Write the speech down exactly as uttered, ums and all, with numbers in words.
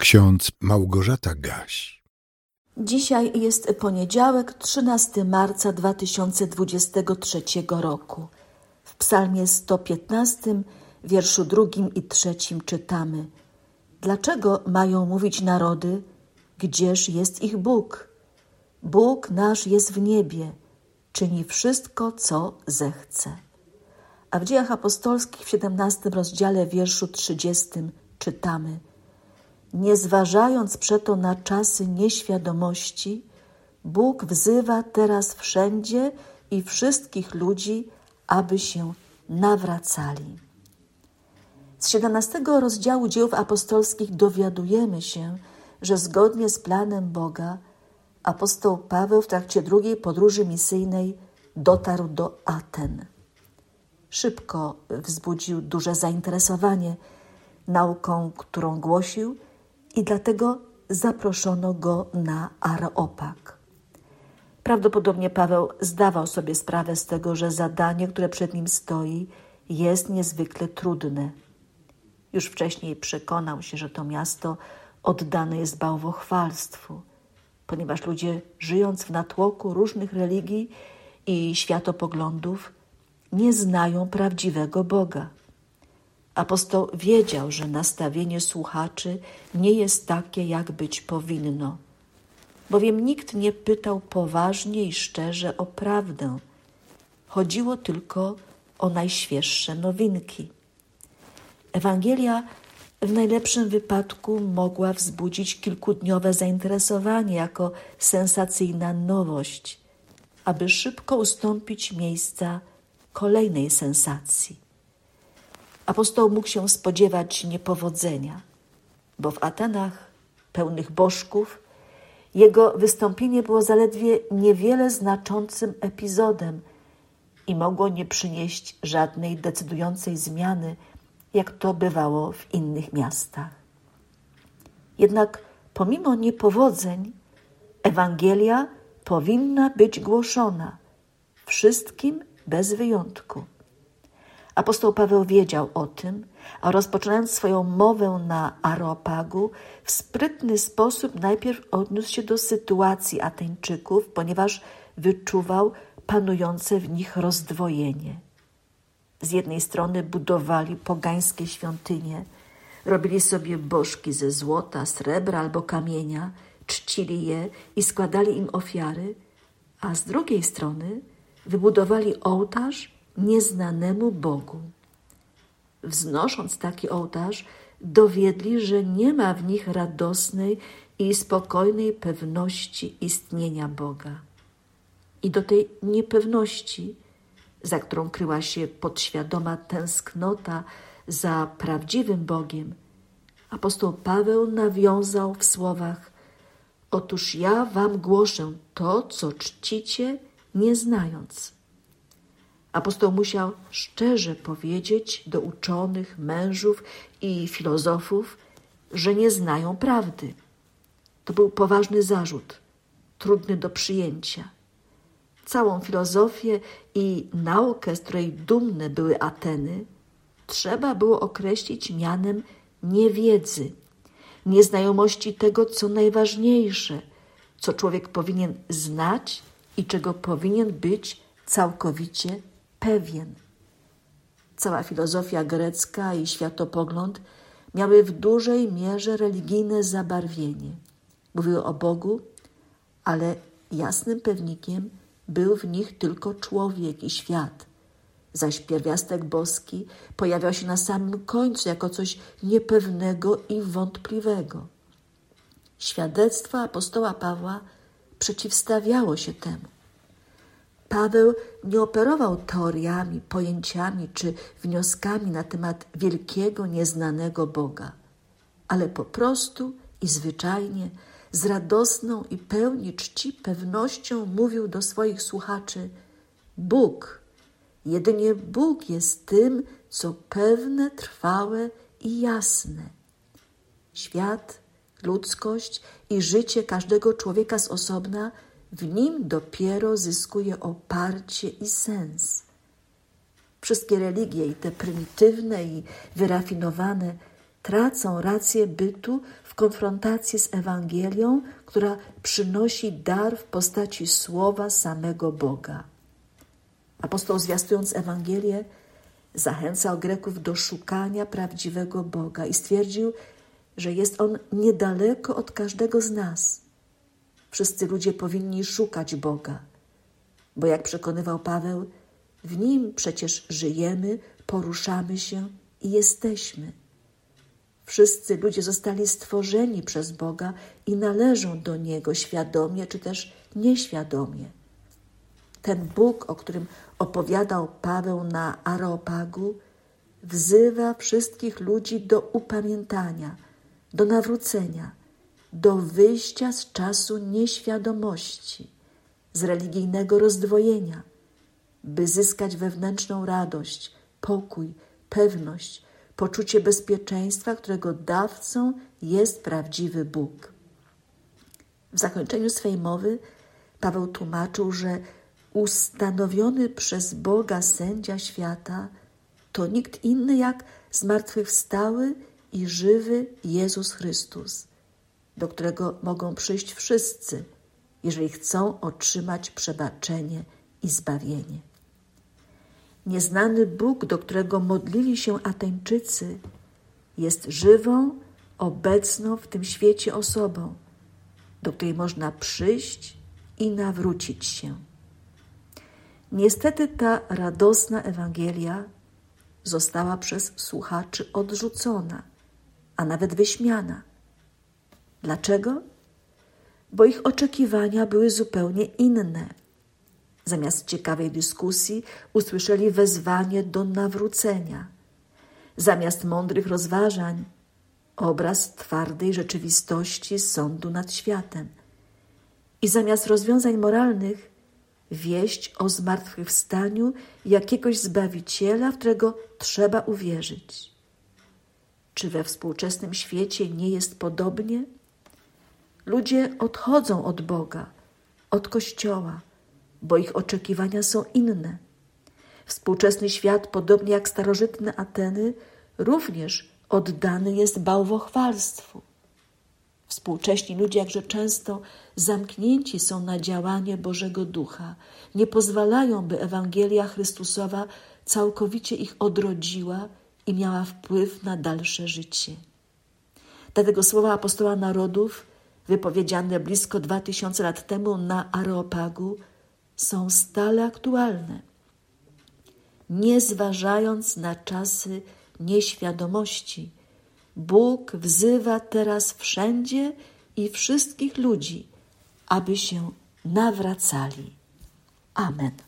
ksiądz Małgorzata Gaś. Dzisiaj jest poniedziałek, trzynastego marca dwa tysiące dwudziestego trzeciego roku. W psalmie sto piętnastym, wierszu drugim i trzecim czytamy: Dlaczego mają mówić narody, gdzież jest ich Bóg? Bóg nasz jest w niebie, czyni wszystko, co zechce. A w Dziejach Apostolskich w siedemnastym rozdziale, wierszu trzydziestym czytamy: Nie zważając przeto na czasy nieświadomości, Bóg wzywa teraz wszędzie i wszystkich ludzi, aby się nawracali. Z siedemnastego rozdziału Dziejów Apostolskich dowiadujemy się, że zgodnie z planem Boga apostoł Paweł w trakcie drugiej podróży misyjnej dotarł do Aten. Szybko wzbudził duże zainteresowanie nauką, którą głosił, i dlatego zaproszono go na Areopag. Prawdopodobnie Paweł zdawał sobie sprawę z tego, że zadanie, które przed nim stoi, jest niezwykle trudne. Już wcześniej przekonał się, że to miasto oddane jest bałwochwalstwu, ponieważ ludzie, żyjąc w natłoku różnych religii i światopoglądów, nie znają prawdziwego Boga. Apostoł wiedział, że nastawienie słuchaczy nie jest takie, jak być powinno, bowiem nikt nie pytał poważnie i szczerze o prawdę. Chodziło tylko o najświeższe nowinki. Ewangelia w najlepszym wypadku mogła wzbudzić kilkudniowe zainteresowanie jako sensacyjna nowość, aby szybko ustąpić miejsca kolejnej sensacji. Apostoł mógł się spodziewać niepowodzenia, bo w Atenach pełnych bożków jego wystąpienie było zaledwie niewiele znaczącym epizodem i mogło nie przynieść żadnej decydującej zmiany, jak to bywało w innych miastach. Jednak pomimo niepowodzeń Ewangelia powinna być głoszona wszystkim bez wyjątku. Apostoł Paweł wiedział o tym, a rozpoczynając swoją mowę na Areopagu, w sprytny sposób najpierw odniósł się do sytuacji Ateńczyków, ponieważ wyczuwał panujące w nich rozdwojenie. Z jednej strony budowali pogańskie świątynie, robili sobie bożki ze złota, srebra albo kamienia, czcili je i składali im ofiary, a z drugiej strony wybudowali ołtarz nieznanemu Bogu. Wznosząc taki ołtarz, dowiedli, że nie ma w nich radosnej i spokojnej pewności istnienia Boga. I do tej niepewności, za którą kryła się podświadoma tęsknota za prawdziwym Bogiem, apostoł Paweł nawiązał w słowach: Otóż ja wam głoszę to, co czcicie, nie znając. Apostoł musiał szczerze powiedzieć do uczonych, mężów i filozofów, że nie znają prawdy. To był poważny zarzut, trudny do przyjęcia. Całą filozofię i naukę, z której dumne były Ateny, trzeba było określić mianem niewiedzy, nieznajomości tego, co najważniejsze, co człowiek powinien znać i czego powinien być całkowicie pewien. Cała filozofia grecka i światopogląd miały w dużej mierze religijne zabarwienie. Mówiły o Bogu, ale jasnym pewnikiem był w nich tylko człowiek i świat, zaś pierwiastek boski pojawiał się na samym końcu jako coś niepewnego i wątpliwego. Świadectwo apostoła Pawła przeciwstawiało się temu. Paweł nie operował teoriami, pojęciami czy wnioskami na temat wielkiego, nieznanego Boga, ale po prostu i zwyczajnie, z radosną i pełni czci pewnością mówił do swoich słuchaczy: Bóg, jedynie Bóg jest tym, co pewne, trwałe i jasne. Świat, ludzkość i życie każdego człowieka z osobna w nim dopiero zyskuje oparcie i sens. Wszystkie religie, i te prymitywne i wyrafinowane, tracą rację bytu w konfrontacji z Ewangelią, która przynosi dar w postaci słowa samego Boga. Apostoł, zwiastując Ewangelię, zachęcał Greków do szukania prawdziwego Boga i stwierdził, że jest On niedaleko od każdego z nas. Wszyscy ludzie powinni szukać Boga, bo jak przekonywał Paweł, w Nim przecież żyjemy, poruszamy się i jesteśmy. Wszyscy ludzie zostali stworzeni przez Boga i należą do Niego świadomie czy też nieświadomie. Ten Bóg, o którym opowiadał Paweł na Areopagu, wzywa wszystkich ludzi do upamiętania, do nawrócenia, do wyjścia z czasu nieświadomości, z religijnego rozdwojenia, by zyskać wewnętrzną radość, pokój, pewność, poczucie bezpieczeństwa, którego dawcą jest prawdziwy Bóg. W zakończeniu swej mowy Paweł tłumaczył, że ustanowiony przez Boga sędzia świata to nikt inny jak zmartwychwstały i żywy Jezus Chrystus, do którego mogą przyjść wszyscy, jeżeli chcą otrzymać przebaczenie i zbawienie. Nieznany Bóg, do którego modlili się Ateńczycy, jest żywą, obecną w tym świecie osobą, do której można przyjść i nawrócić się. Niestety ta radosna Ewangelia została przez słuchaczy odrzucona, a nawet wyśmiana. Dlaczego? Bo ich oczekiwania były zupełnie inne. Zamiast ciekawej dyskusji usłyszeli wezwanie do nawrócenia. Zamiast mądrych rozważań obraz twardej rzeczywistości sądu nad światem. I zamiast rozwiązań moralnych wieść o zmartwychwstaniu jakiegoś Zbawiciela, w którego trzeba uwierzyć. Czy we współczesnym świecie nie jest podobnie? Ludzie odchodzą od Boga, od Kościoła, bo ich oczekiwania są inne. Współczesny świat, podobnie jak starożytne Ateny, również oddany jest bałwochwalstwu. Współcześni ludzie jakże często zamknięci są na działanie Bożego Ducha, nie pozwalają, by Ewangelia Chrystusowa całkowicie ich odrodziła i miała wpływ na dalsze życie. Dlatego słowa apostoła narodów, wypowiedziane blisko dwa tysiące lat temu na Areopagu, są stale aktualne. Nie zważając na czasy nieświadomości, Bóg wzywa teraz wszędzie i wszystkich ludzi, aby się nawracali. Amen.